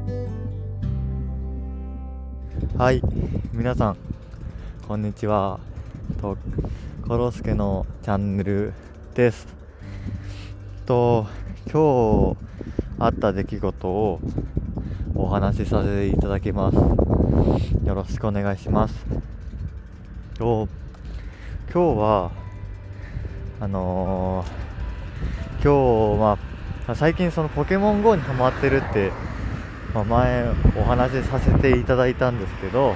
はい、皆さんこんにちは。コロスケのチャンネルです。今日あった出来事をお話しさせていただきます。よろしくお願いします。今日は今日最近そのポケモン GO にハマってるって、前お話しさせていただいたんですけど、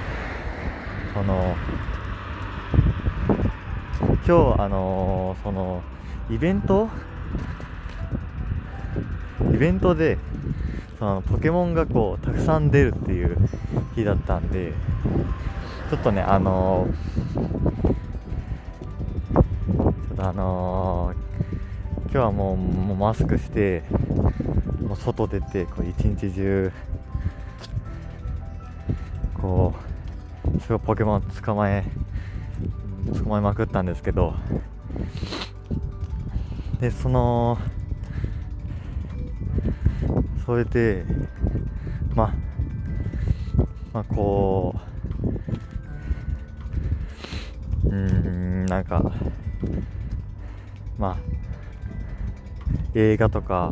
今日そのイベントでそのポケモンがこうたくさん出るっていう日だったんで、ちょっとね今日はもうマスクしてもう外出てこう一日中こうすごいポケモン捕まえまくったんですけど、でそれでこうなんか映画とか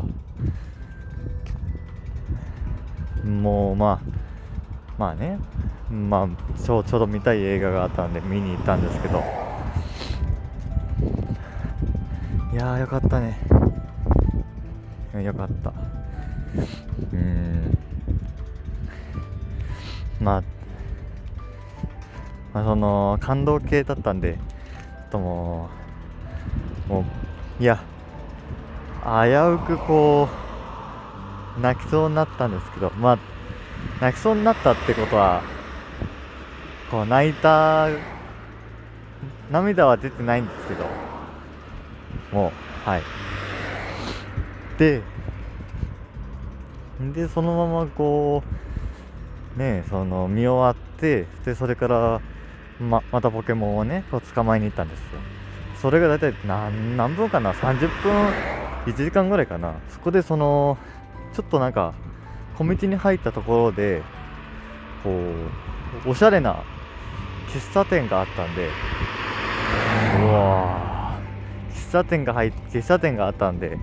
もうちょうど見たい映画があったんで見に行ったんですけど、いやーよかったね。よかった。その感動系だったんで、もういや危うくこう泣きそうになったんですけど、泣きそうになったってことはこう涙は出てないんですけど、もうでそのままこうねその見終わって、でそれからまたポケモンをねこう捕まえに行ったんですよ。それがだいたい何分かな、30分1時間ぐらいかな。そこでちょっと小道に入ったところでこうおしゃれな喫茶店があったんで、喫茶店があったんで、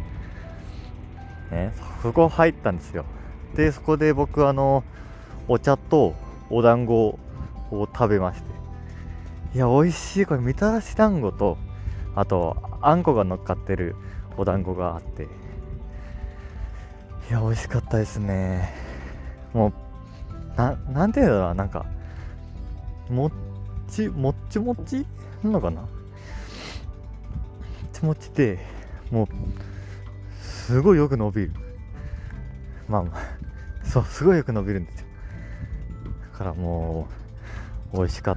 そこ入ったんですよ。でそこで僕お茶とお団子を食べまして、いや美味しい。これみたらし団子とあとあんこが乗っかってるお団子があって、いや美味しかったですね。もうなんていうんだろうな、もっちなのかな、もちもちでもうすごいよく伸びる。そうすごいよく伸びるんですよ。だからもう美味しかった。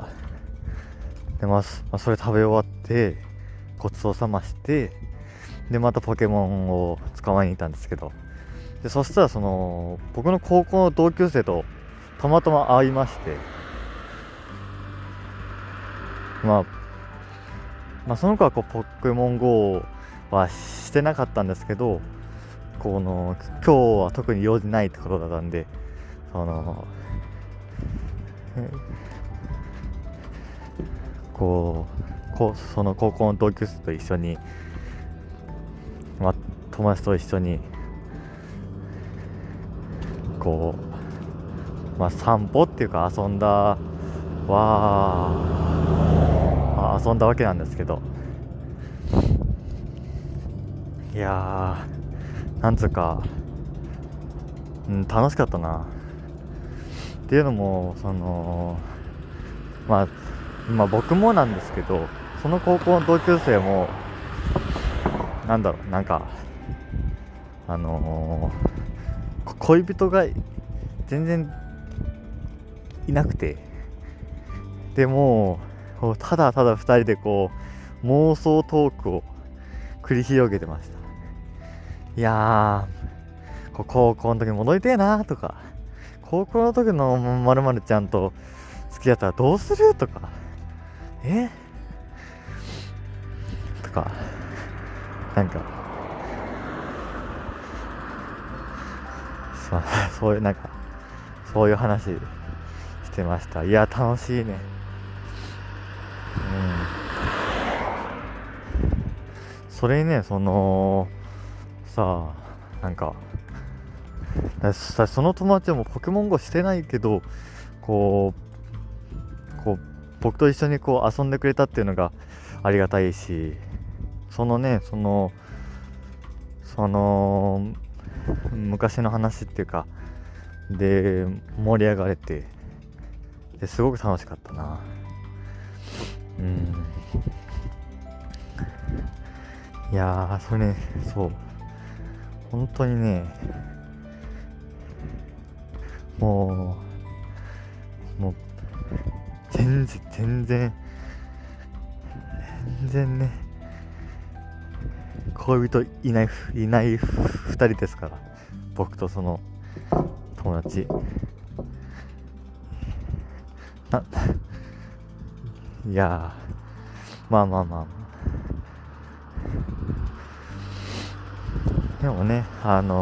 でそれ食べ終わってごちそうさまして、でまたポケモンを捕まえに行ったんですけど、でそしたら僕の高校の同級生とたまたま会いまして、その子はこうポケモン GO はしてなかったんですけど、今日は特に用事ないってことだったんで、その高校の同級生と一緒に、友達と一緒に散歩っていうか遊んだわけなんですけど、いやーなんつうか、楽しかったなっていうのも僕もなんですけど、その高校の同級生も恋人が全然いなくて、でもただただ2人で妄想トークを繰り広げてました。いやー高校の時戻りてえなとか、高校の時の〇〇ちゃんと付き合ったらどうするとか、とかそういうそういう話してました。いや楽しいね。それにね、さその友達はもうポケモン GO してないけど、こう僕と一緒に遊んでくれたっていうのがありがたいし、昔の話っていうかで盛り上がれて、ですごく楽しかったな。いやー、それね、そう本当にね、もう全然ね、恋人いない2人ですから、僕とその友達いやー、まあでもね、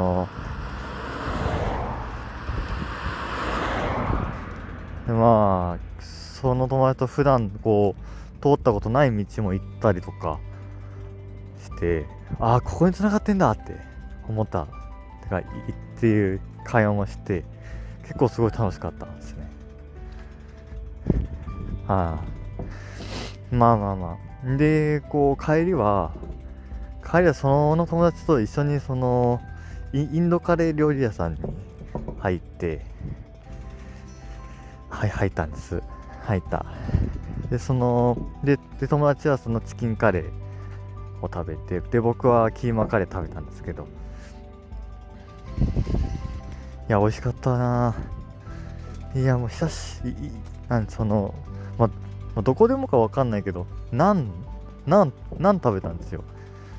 その友達と普段通ったことない道も行ったりとかして、ここに繋がってんだって思ったっていう会話もして、結構すごい楽しかったんですね。で帰りはその友達と一緒にインドカレー料理屋さんに入ったんです。で友達はそのチキンカレーを食べて、で僕はキーマカレー食べたんですけど、いや美味しかったな。いやもうどこでもかわかんないけど、ナン食べたんですよ。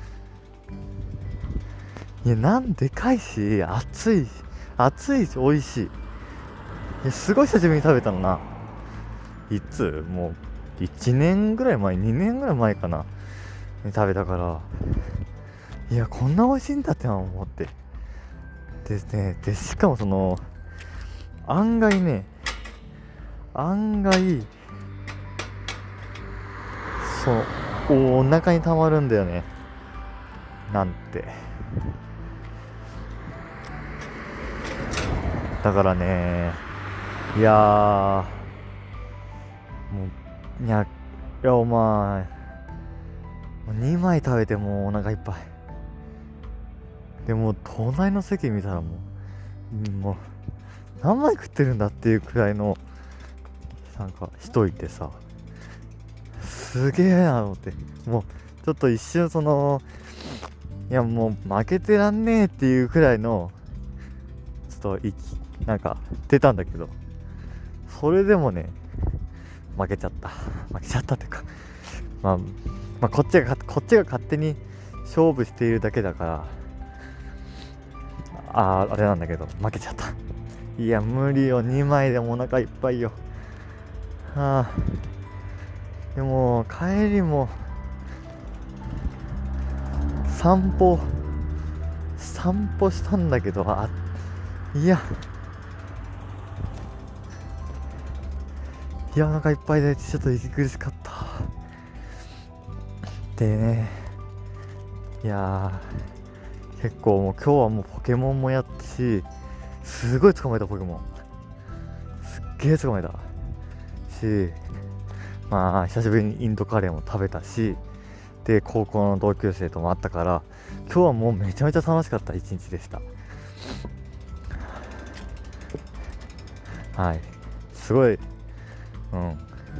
いやナンでかいし熱いし美味しい。すごい久しぶりに食べたのな。もう1年ぐらい前、2年ぐらい前かなに食べたから、いやこんな美味しいんだって思って、でしかも案外お腹にたまるんだよね、なんて。だからね、いやお前2枚食べてもうお腹いっぱいで、もう隣の席見たらもう何枚食ってるんだっていうくらいの人いてさ、すげえなと思って、もうちょっと一瞬いやもう負けてらんねえっていうくらいのちょっと出たんだけど、それでもね負けちゃったっていうか、こっちが勝手に勝負しているだけだからあれなんだけど、負けちゃった。いや無理よ、2枚でもお腹いっぱいよ。でも帰りも散歩したんだけど、いやお腹いっぱいでちょっと息苦しかったでね。いや結構もう今日はもうポケモンもやったし、すごい捕まえたポケモンすっげえ捕まえたし、久しぶりにインドカレーも食べたし、で高校の同級生とも会ったから、今日はもうめちゃめちゃ楽しかった一日でした。すごいめ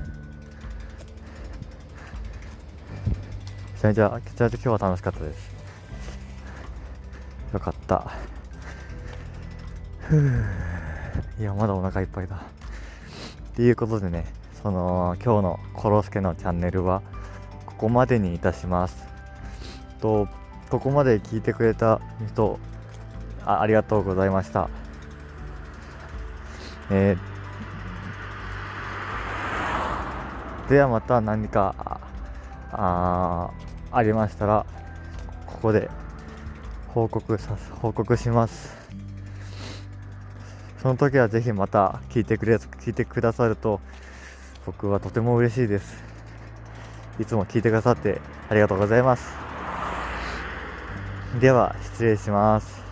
ちゃめちゃ今日は楽しかったです。よかった。いやまだお腹いっぱいだっていうことでね、今日のコロスケのチャンネルはここまでにいたします。ここまで聞いてくれた人 ありがとうございました。ではまた何かありましたらここで報告します。 その時はぜひまた聞いてくださると僕はとても嬉しいです。いつも聞いてくださってありがとうございます。では失礼します。